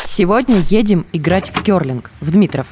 Сегодня едем играть в кёрлинг в Дмитров.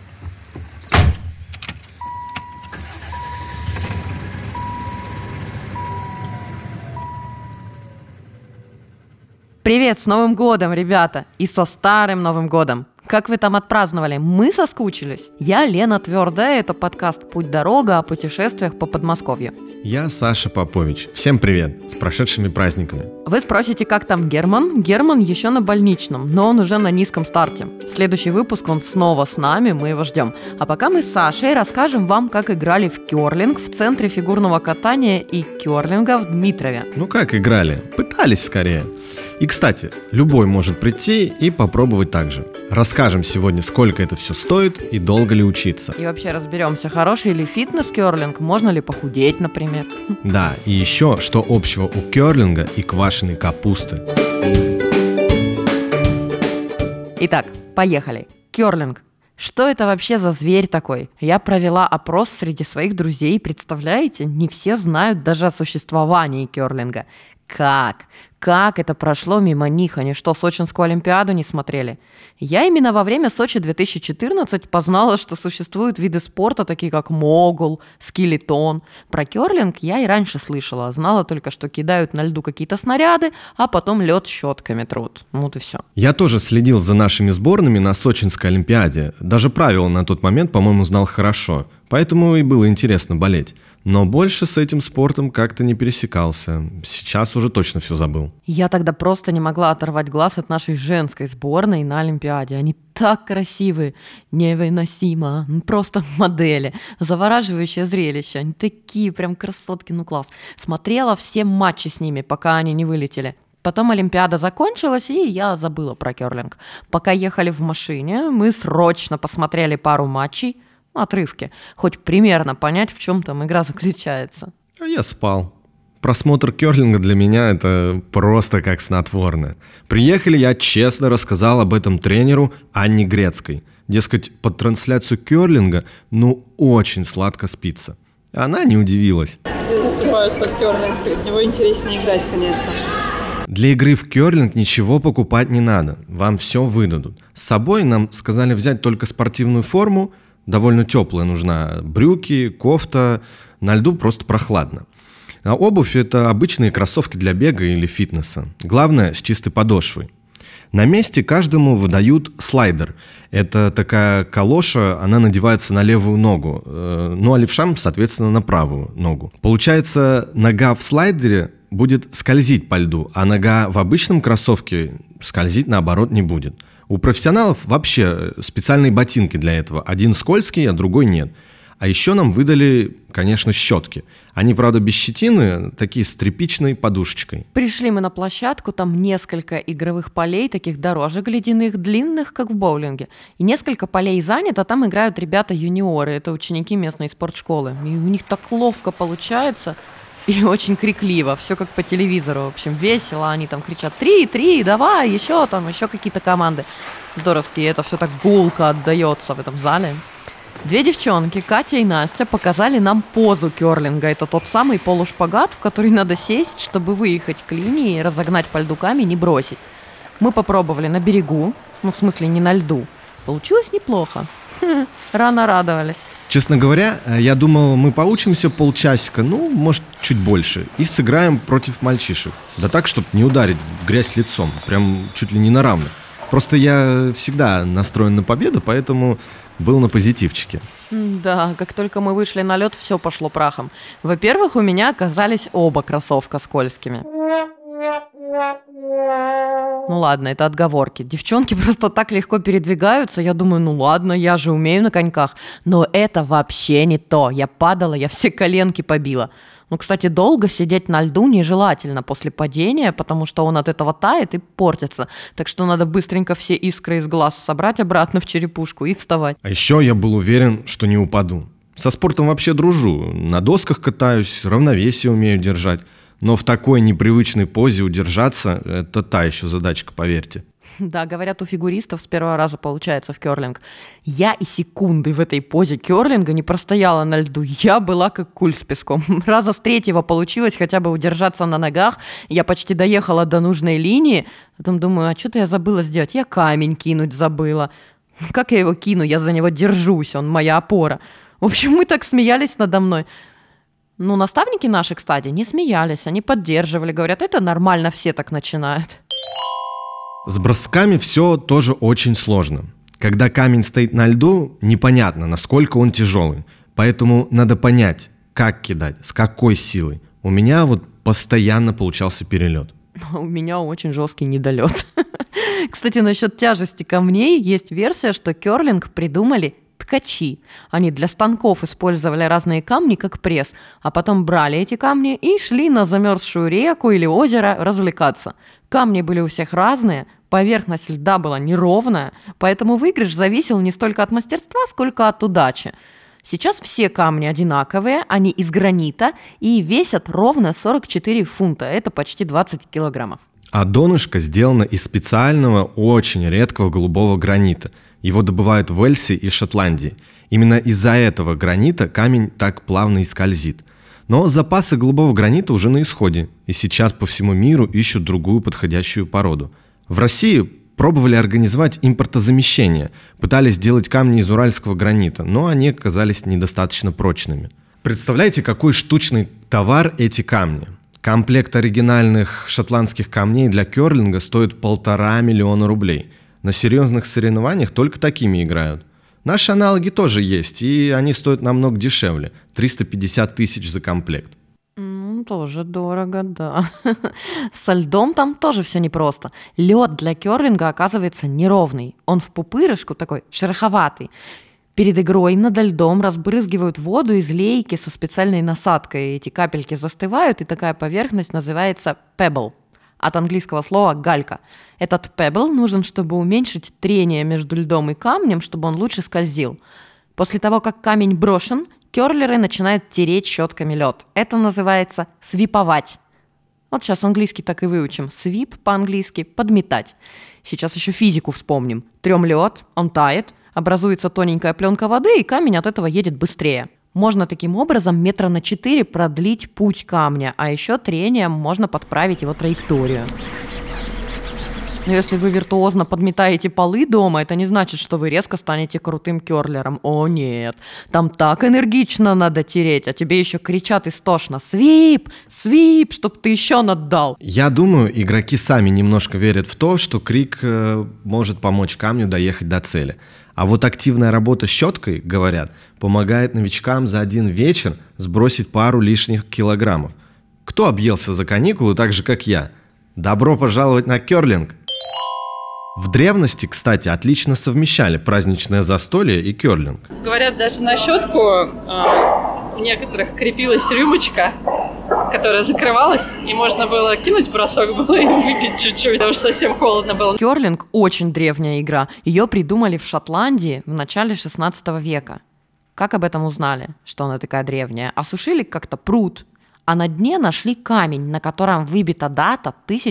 Привет, с Новым годом, ребята! И со старым Новым годом! Как вы там отпраздновали? Мы соскучились. Я Лена Твердая, это подкаст «Путь-дорога» о путешествиях по Подмосковью. Я Саша Попович. Всем привет! С прошедшими праздниками! Вы спросите, как там Герман? Герман еще на больничном, но он уже на низком старте. Следующий выпуск он снова с нами, мы его ждем. А пока мы с Сашей расскажем вам, как играли в кёрлинг в Центре фигурного катания и кёрлинга в Дмитрове. Ну как играли? Пытались скорее. И, кстати, любой может прийти и попробовать так же. Расскажем сегодня, сколько это все стоит и долго ли учиться. И вообще разберемся, хороший ли фитнес-кёрлинг, можно ли похудеть, например. Да, и еще, что общего у кёрлинга и квашеной капусты. Итак, поехали. Кёрлинг. Что это вообще за зверь такой? Я провела опрос среди своих друзей, представляете? Не все знают даже о существовании кёрлинга. Как это прошло мимо них? Они что, Сочинскую Олимпиаду не смотрели? Я именно во время Сочи 2014 познала, что существуют виды спорта, такие как могул, скелетон. Про кёрлинг я и раньше слышала. Знала только, что кидают на льду какие-то снаряды, а потом лед щетками трут. Вот и все. Я тоже следил за нашими сборными на Сочинской Олимпиаде. Даже правила на тот момент, по-моему, знал хорошо. Поэтому и было интересно болеть. Но больше с этим спортом как-то не пересекался. Сейчас уже точно все забыл. Я тогда просто не могла оторвать глаз от нашей женской сборной на Олимпиаде. Они так красивые, невыносимо, просто модели. Завораживающее зрелище. Они такие прям красотки, ну класс. Смотрела все матчи с ними, пока они не вылетели. Потом Олимпиада закончилась, и я забыла про кёрлинг. Пока ехали в машине, мы срочно посмотрели пару матчей, отрывки, хоть примерно понять, в чем там игра заключается. А я спал. Просмотр кёрлинга для меня это просто как снотворное. Приехали, я честно рассказал об этом тренеру Анне Грецкой. Дескать, под трансляцию кёрлинга, очень сладко спится. Она не удивилась. Все засыпают под кёрлинг, в него интереснее играть, конечно. Для игры в кёрлинг ничего покупать не надо, вам все выдадут. С собой нам сказали взять только спортивную форму, довольно теплая нужна, брюки, кофта, на льду просто прохладно. А обувь – это обычные кроссовки для бега или фитнеса. Главное – с чистой подошвой. На месте каждому выдают слайдер. Это такая калоша, она надевается на левую ногу, а левшам, соответственно, на правую ногу. Получается, нога в слайдере будет скользить по льду, а нога в обычном кроссовке скользить, наоборот, не будет. У профессионалов вообще специальные ботинки для этого. Один скользкий, а другой нет. А еще нам выдали, конечно, щетки. Они, правда, без щетины, такие с тряпичной подушечкой. Пришли мы на площадку, там несколько игровых полей, таких дорожек ледяных, длинных, как в боулинге. И несколько полей занято, там играют ребята-юниоры, это ученики местной спортшколы. И у них так ловко получается и очень крикливо, все как по телевизору. В общем, весело, они там кричат: «3, давай, еще какие-то команды». Здоровские, это все так гулко отдается в этом зале. Две девчонки, Катя и Настя, показали нам позу кёрлинга. Это тот самый полушпагат, в который надо сесть, чтобы выехать к линии, разогнать по льду камень и бросить. Мы попробовали на берегу, в смысле не на льду. Получилось неплохо. Рано радовались. Честно говоря, я думал, мы поучимся полчасика, может, чуть больше, и сыграем против мальчишек. Да так, чтобы не ударить в грязь лицом, прям чуть ли не на равных. Просто я всегда настроен на победу, поэтому был на позитивчике. Да, как только мы вышли на лед, все пошло прахом. Во-первых, у меня оказались оба кроссовка скользкими. Ну ладно, это отговорки. Девчонки просто так легко передвигаются. Я думаю, ладно, я же умею на коньках. Но это вообще не то. Я падала, я все коленки побила. Кстати, долго сидеть на льду нежелательно после падения, потому что он от этого тает и портится. Так что надо быстренько все искры из глаз собрать обратно в черепушку и вставать. А еще я был уверен, что не упаду. Со спортом вообще дружу. На досках катаюсь, равновесие умею держать. Но в такой непривычной позе удержаться – это та еще задачка, поверьте. Да, говорят, у фигуристов с первого раза получается в кёрлинг. Я и секунды в этой позе кёрлинга не простояла на льду. Я была как куль с песком. Раза с третьего получилось хотя бы удержаться на ногах. Я почти доехала до нужной линии. Потом думаю, а что-то я забыла сделать. Я камень кинуть забыла. Как я его кину? Я за него держусь, он моя опора. В общем, мы так смеялись надо мной. Ну, наставники наши, кстати, не смеялись. Они поддерживали. Говорят, это нормально, все так начинают. С бросками все тоже очень сложно. Когда камень стоит на льду, непонятно, насколько он тяжелый. Поэтому надо понять, как кидать, с какой силой. У меня вот постоянно получался перелет. У меня очень жесткий недолет. Кстати, насчет тяжести камней есть версия, что кёрлинг придумали ткачи. Они для станков использовали разные камни как пресс, а потом брали эти камни и шли на замерзшую реку или озеро развлекаться. Камни были у всех разные, поверхность льда была неровная, поэтому выигрыш зависел не столько от мастерства, сколько от удачи. Сейчас все камни одинаковые, они из гранита и весят ровно 44 фунта, это почти 20 килограммов. А донышко сделано из специального, очень редкого голубого гранита. Его добывают в Уэльсе и Шотландии. Именно из-за этого гранита камень так плавно и скользит. Но запасы голубого гранита уже на исходе, и сейчас по всему миру ищут другую подходящую породу. В России пробовали организовать импортозамещение, пытались сделать камни из уральского гранита, но они оказались недостаточно прочными. Представляете, какой штучный товар эти камни? Комплект оригинальных шотландских камней для кёрлинга стоит 1,5 миллиона рублей. На серьезных соревнованиях только такими играют. Наши аналоги тоже есть, и они стоят намного дешевле – 350 тысяч за комплект. Тоже дорого, да. Со льдом там тоже все непросто. Лед для кёрлинга оказывается неровный. Он в пупырышку такой шероховатый. Перед игрой над льдом разбрызгивают воду из лейки со специальной насадкой. Эти капельки застывают, и такая поверхность называется pebble. От английского слова «галька». Этот pebble нужен, чтобы уменьшить трение между льдом и камнем, чтобы он лучше скользил. После того, как камень брошен, кёрлеры начинают тереть щетками лед. Это называется свиповать. Вот сейчас английский так и выучим. Свип по-английски – подметать. Сейчас еще физику вспомним. Трем лед, он тает, образуется тоненькая пленка воды, и камень от этого едет быстрее. Можно таким образом 4 метра продлить путь камня, а еще трением можно подправить его траекторию. Но если вы виртуозно подметаете полы дома, это не значит, что вы резко станете крутым кёрлером. О нет, там так энергично надо тереть, а тебе еще кричат истошно «Свип! Свип!», чтоб ты еще наддал. Я думаю, игроки сами немножко верят в то, что крик может помочь камню доехать до цели. А вот активная работа щеткой, говорят, помогает новичкам за один вечер сбросить пару лишних килограммов. Кто объелся за каникулы так же, как я? Добро пожаловать на кёрлинг! В древности, кстати, отлично совмещали праздничное застолье и кёрлинг. Говорят, даже на щетку у некоторых крепилась рюмочка, которая закрывалась, и можно было кинуть бросок было и выпить чуть-чуть, потому что совсем холодно было. Кёрлинг – очень древняя игра. Ее придумали в Шотландии в начале 16 века. Как об этом узнали, что она такая древняя? Осушили как-то пруд, а на дне нашли камень, на котором выбита дата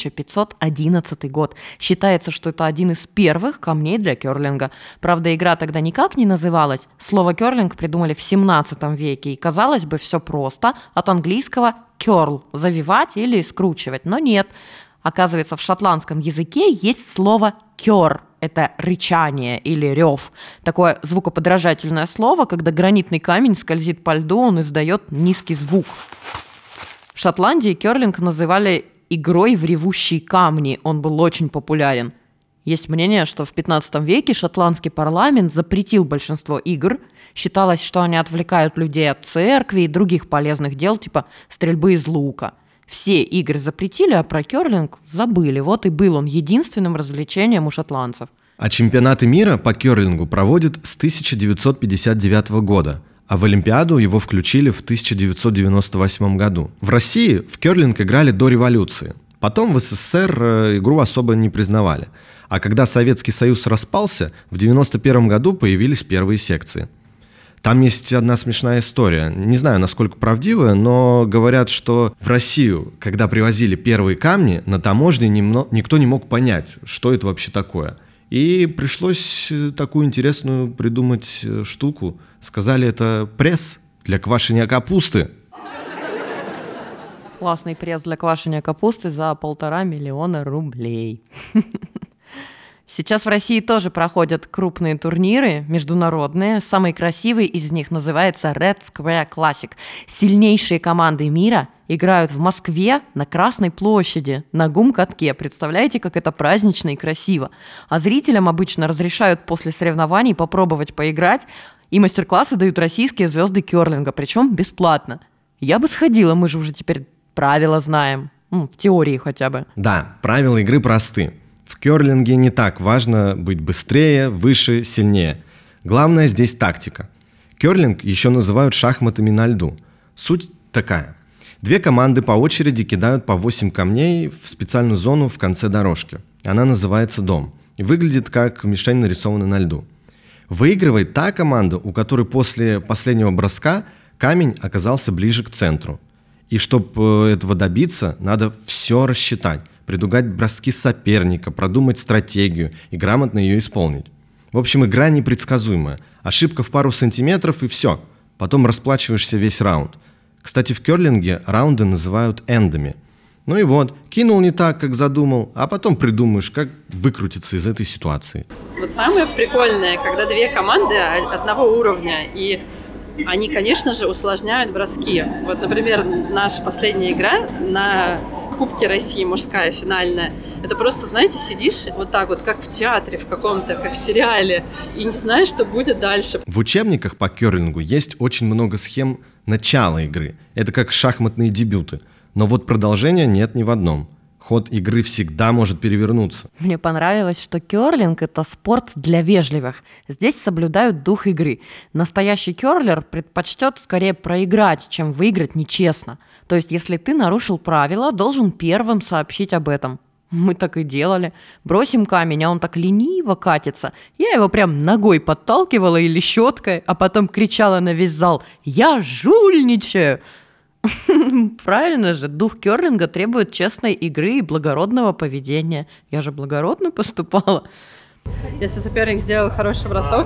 1511 год. Считается, что это один из первых камней для кёрлинга. Правда, игра тогда никак не называлась. Слово кёрлинг придумали в 17 веке, и, казалось бы, все просто. От английского curl – завивать или скручивать, но нет. Оказывается, в шотландском языке есть слово «кёр». Это рычание или рев. Такое звукоподражательное слово, когда гранитный камень скользит по льду, он издает низкий звук. В Шотландии кёрлинг называли игрой в ревущие камни. Он был очень популярен. Есть мнение, что в 15 веке шотландский парламент запретил большинство игр. Считалось, что они отвлекают людей от церкви и других полезных дел, типа стрельбы из лука. Все игры запретили, а про кёрлинг забыли. Вот и был он единственным развлечением у шотландцев. А чемпионаты мира по кёрлингу проводят с 1959 года, а в Олимпиаду его включили в 1998 году. В России в кёрлинг играли до революции. Потом в СССР игру особо не признавали. А когда Советский Союз распался, в 1991 году появились первые секции. Там есть одна смешная история. Не знаю, насколько правдивая, но говорят, что в Россию, когда привозили первые камни, на таможне никто не мог понять, что это вообще такое. И пришлось такую интересную придумать штуку. Сказали, это пресс для квашения капусты. Классный пресс для квашения капусты за 1,5 миллиона рублей. Сейчас в России тоже проходят крупные турниры международные. Самый красивый из них называется Red Square Classic. Сильнейшие команды мира играют в Москве на Красной площади, на гум-катке. Представляете, как это празднично и красиво. А зрителям обычно разрешают после соревнований попробовать поиграть, и мастер-классы дают российские звезды керлинга, причем бесплатно. Я бы сходила, мы же уже теперь правила знаем. В теории хотя бы. Да, правила игры просты. В керлинге не так важно быть быстрее, выше, сильнее. Главное здесь тактика. Керлинг еще называют шахматами на льду. Суть такая. 2 команды по очереди кидают по 8 камней в специальную зону в конце дорожки. Она называется дом и выглядит как мишень, нарисованная на льду. Выигрывает та команда, у которой после последнего броска камень оказался ближе к центру. И чтобы этого добиться, надо все рассчитать. Предугадать броски соперника, продумать стратегию и грамотно ее исполнить. В общем, игра непредсказуемая. Ошибка в пару сантиметров и все. Потом расплачиваешься весь раунд. Кстати, в керлинге раунды называют эндами. Ну и вот, кинул не так, как задумал, а потом придумаешь, как выкрутиться из этой ситуации. Вот самое прикольное, когда 2 команды одного уровня, и они, конечно же, усложняют броски. Вот, например, наша последняя игра на Кубке России, мужская, финальная. Это просто, знаете, сидишь вот так вот, как в театре в каком-то, как в сериале, и не знаешь, что будет дальше. В учебниках по керлингу есть очень много схем начала игры. Это как шахматные дебюты. Но вот продолжения нет ни в одном. Ход игры всегда может перевернуться. Мне понравилось, что керлинг – это спорт для вежливых. Здесь соблюдают дух игры. Настоящий керлер предпочтет скорее проиграть, чем выиграть нечестно. То есть, если ты нарушил правила, должен первым сообщить об этом. Мы так и делали. Бросим камень, а он так лениво катится. Я его прям ногой подталкивала или щеткой, а потом кричала на весь зал: «Я жульничаю!» Правильно же, дух керлинга требует честной игры и благородного поведения. Я же благородно поступала. Если соперник сделал хороший бросок,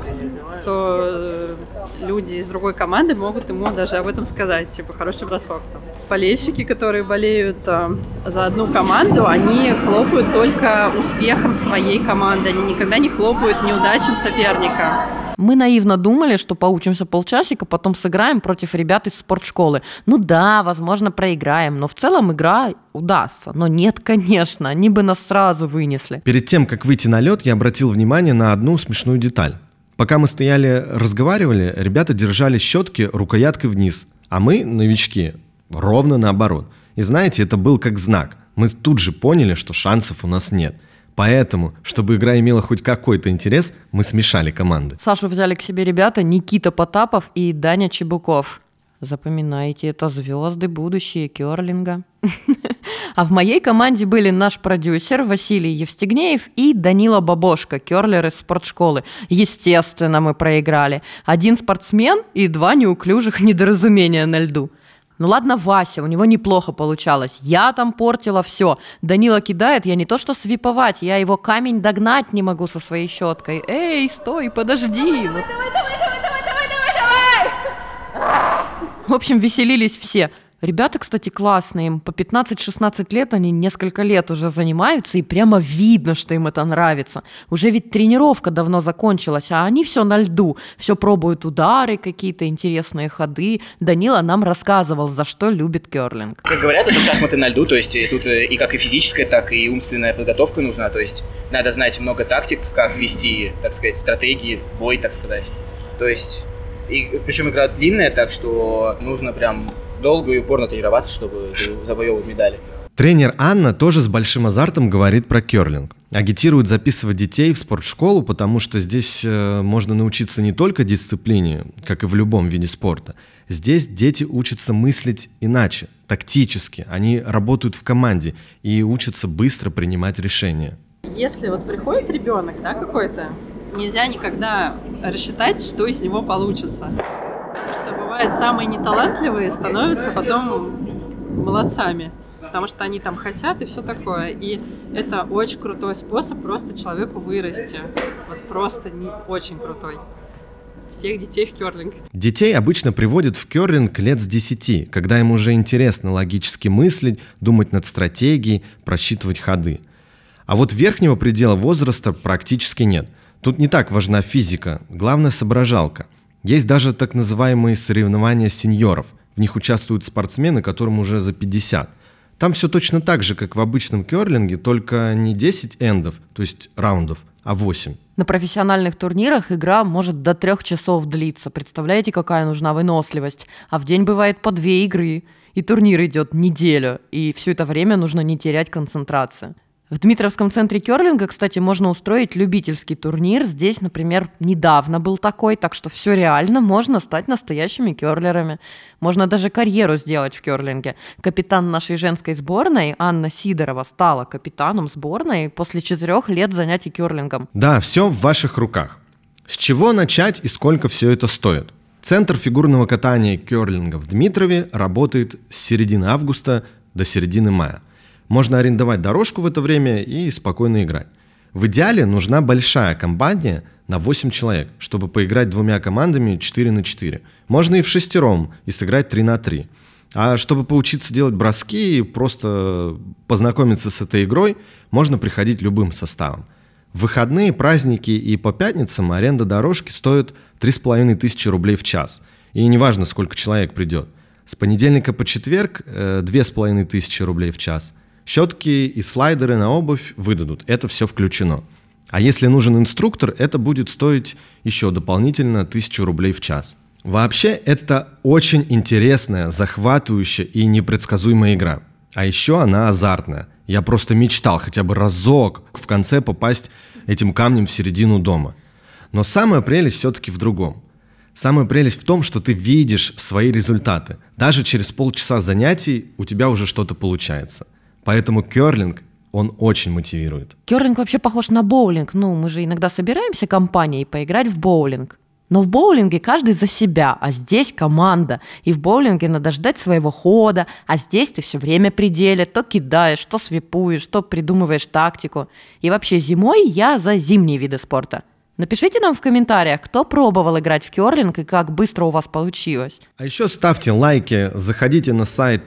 то люди из другой команды могут ему даже об этом сказать, типа, хороший бросок. Болельщики, которые болеют за одну команду, они хлопают только успехом своей команды, они никогда не хлопают неудачам соперника. Мы наивно думали, что поучимся полчасика, потом сыграем против ребят из спортшколы. Ну да, возможно, проиграем, но в целом игра удастся. Но нет, конечно, они бы нас сразу вынесли. Перед тем, как выйти на лед, я обратил внимание на одну смешную деталь. Пока мы стояли, разговаривали, ребята держали щетки рукояткой вниз, а мы, новички, ровно наоборот. И знаете, это был как знак. Мы тут же поняли, что шансов у нас нет. Поэтому, чтобы игра имела хоть какой-то интерес, мы смешали команды. Сашу взяли к себе ребята Никита Потапов и Даня Чебуков. Запоминайте, это звезды будущее керлинга. А в моей команде были наш продюсер Василий Евстигнеев и Данила Бабошко, керлер из спортшколы. Естественно, мы проиграли. 1 спортсмен и 2 неуклюжих недоразумения на льду. Ну ладно, Вася, у него неплохо получалось. Я там портила все. Данила кидает, я не то что свиповать, я его камень догнать не могу со своей щеткой. Эй, стой, подожди. Давай. В общем, веселились все. Ребята, кстати, классные, им по 15-16 лет, они несколько лет уже занимаются, и прямо видно, что им это нравится. Уже ведь тренировка давно закончилась, а они все на льду, все пробуют удары, какие-то интересные ходы. Данила нам рассказывал, за что любит керлинг. Как говорят, это шахматы на льду, то есть тут и как и физическая, так и умственная подготовка нужна, то есть надо знать много тактик, как вести, так сказать, стратегии, бой, так сказать. То есть, и, причем игра длинная, так что нужно прям долго и упорно тренироваться, чтобы завоевывать медали. Тренер Анна тоже с большим азартом говорит про керлинг. Агитирует записывать детей в спортшколу, потому что здесь можно научиться не только дисциплине, как и в любом виде спорта. Здесь дети учатся мыслить иначе, тактически. Они работают в команде и учатся быстро принимать решения. Если вот приходит ребенок, да, какой-то, нельзя никогда рассчитать, что из него получится. бывает, самые неталантливые становятся потом молодцами, потому что они там хотят и все такое. И это очень крутой способ просто человеку вырасти. Вот просто очень крутой. Всех детей в кёрлинг. Детей обычно приводят в кёрлинг лет с 10, когда им уже интересно логически мыслить, думать над стратегией, просчитывать ходы. А вот верхнего предела возраста практически нет. Тут не так важна физика, главное соображалка. Есть даже так называемые соревнования сеньоров. В них участвуют спортсмены, которым уже за 50. Там все точно так же, как в обычном кёрлинге, только не 10 эндов, то есть раундов, а 8. На профессиональных турнирах игра может до 3 часов длиться. Представляете, какая нужна выносливость? А в день бывает по 2 игры. И турнир идет неделю. И все это время нужно не терять концентрацию. В Дмитровском центре кёрлинга, кстати, можно устроить любительский турнир. Здесь, например, недавно был такой, так что все реально, можно стать настоящими кёрлерами. Можно даже карьеру сделать в кёрлинге. Капитан нашей женской сборной, Анна Сидорова, стала капитаном сборной после 4 лет занятий кёрлингом. Да, все в ваших руках. С чего начать и сколько все это стоит? Центр фигурного катания кёрлинга в Дмитрове работает с середины августа до середины мая. Можно арендовать дорожку в это время и спокойно играть. В идеале нужна большая компания на 8 человек, чтобы поиграть 2 командами 4 на 4. Можно и в 6 и сыграть 3 на 3. А чтобы поучиться делать броски и просто познакомиться с этой игрой, можно приходить любым составом. В выходные, праздники и по пятницам аренда дорожки стоит 3500 рублей в час. И неважно, сколько человек придет. С понедельника по четверг 2500 рублей в час. Щетки и слайдеры на обувь выдадут, это все включено. А если нужен инструктор, это будет стоить еще дополнительно 1000 рублей в час. Вообще, это очень интересная, захватывающая и непредсказуемая игра. А еще она азартная. Я просто мечтал хотя бы разок в конце попасть этим камнем в середину дома. Но самая прелесть все-таки в другом. Самая прелесть в том, что ты видишь свои результаты. Даже через полчаса занятий у тебя уже что-то получается. Поэтому кёрлинг, он очень мотивирует. Кёрлинг вообще похож на боулинг. Мы же иногда собираемся компанией поиграть в боулинг. Но в боулинге каждый за себя, а здесь команда. И в боулинге надо ждать своего хода, а здесь ты все время при деле. То кидаешь, то свипуешь, то придумываешь тактику. И вообще зимой я за зимние виды спорта. Напишите нам в комментариях, кто пробовал играть в кёрлинг и как быстро у вас получилось. А еще ставьте лайки, заходите на сайт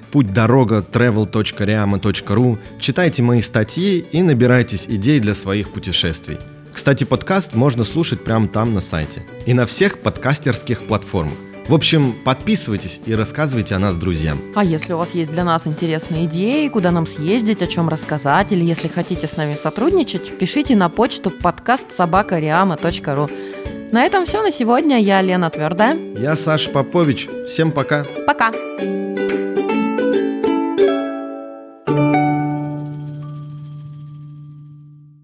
путьдорога.travel.riama.ru, читайте мои статьи и набирайтесь идей для своих путешествий. Кстати, подкаст можно слушать прямо там на сайте и на всех подкастерских платформах. В общем, подписывайтесь и рассказывайте о нас друзьям. А если у вас есть для нас интересные идеи, куда нам съездить, о чем рассказать, или если хотите с нами сотрудничать, пишите на почту podcast@riama.ru. На этом все на сегодня. Я Лена Твердая. Я Саша Попович. Всем пока. Пока.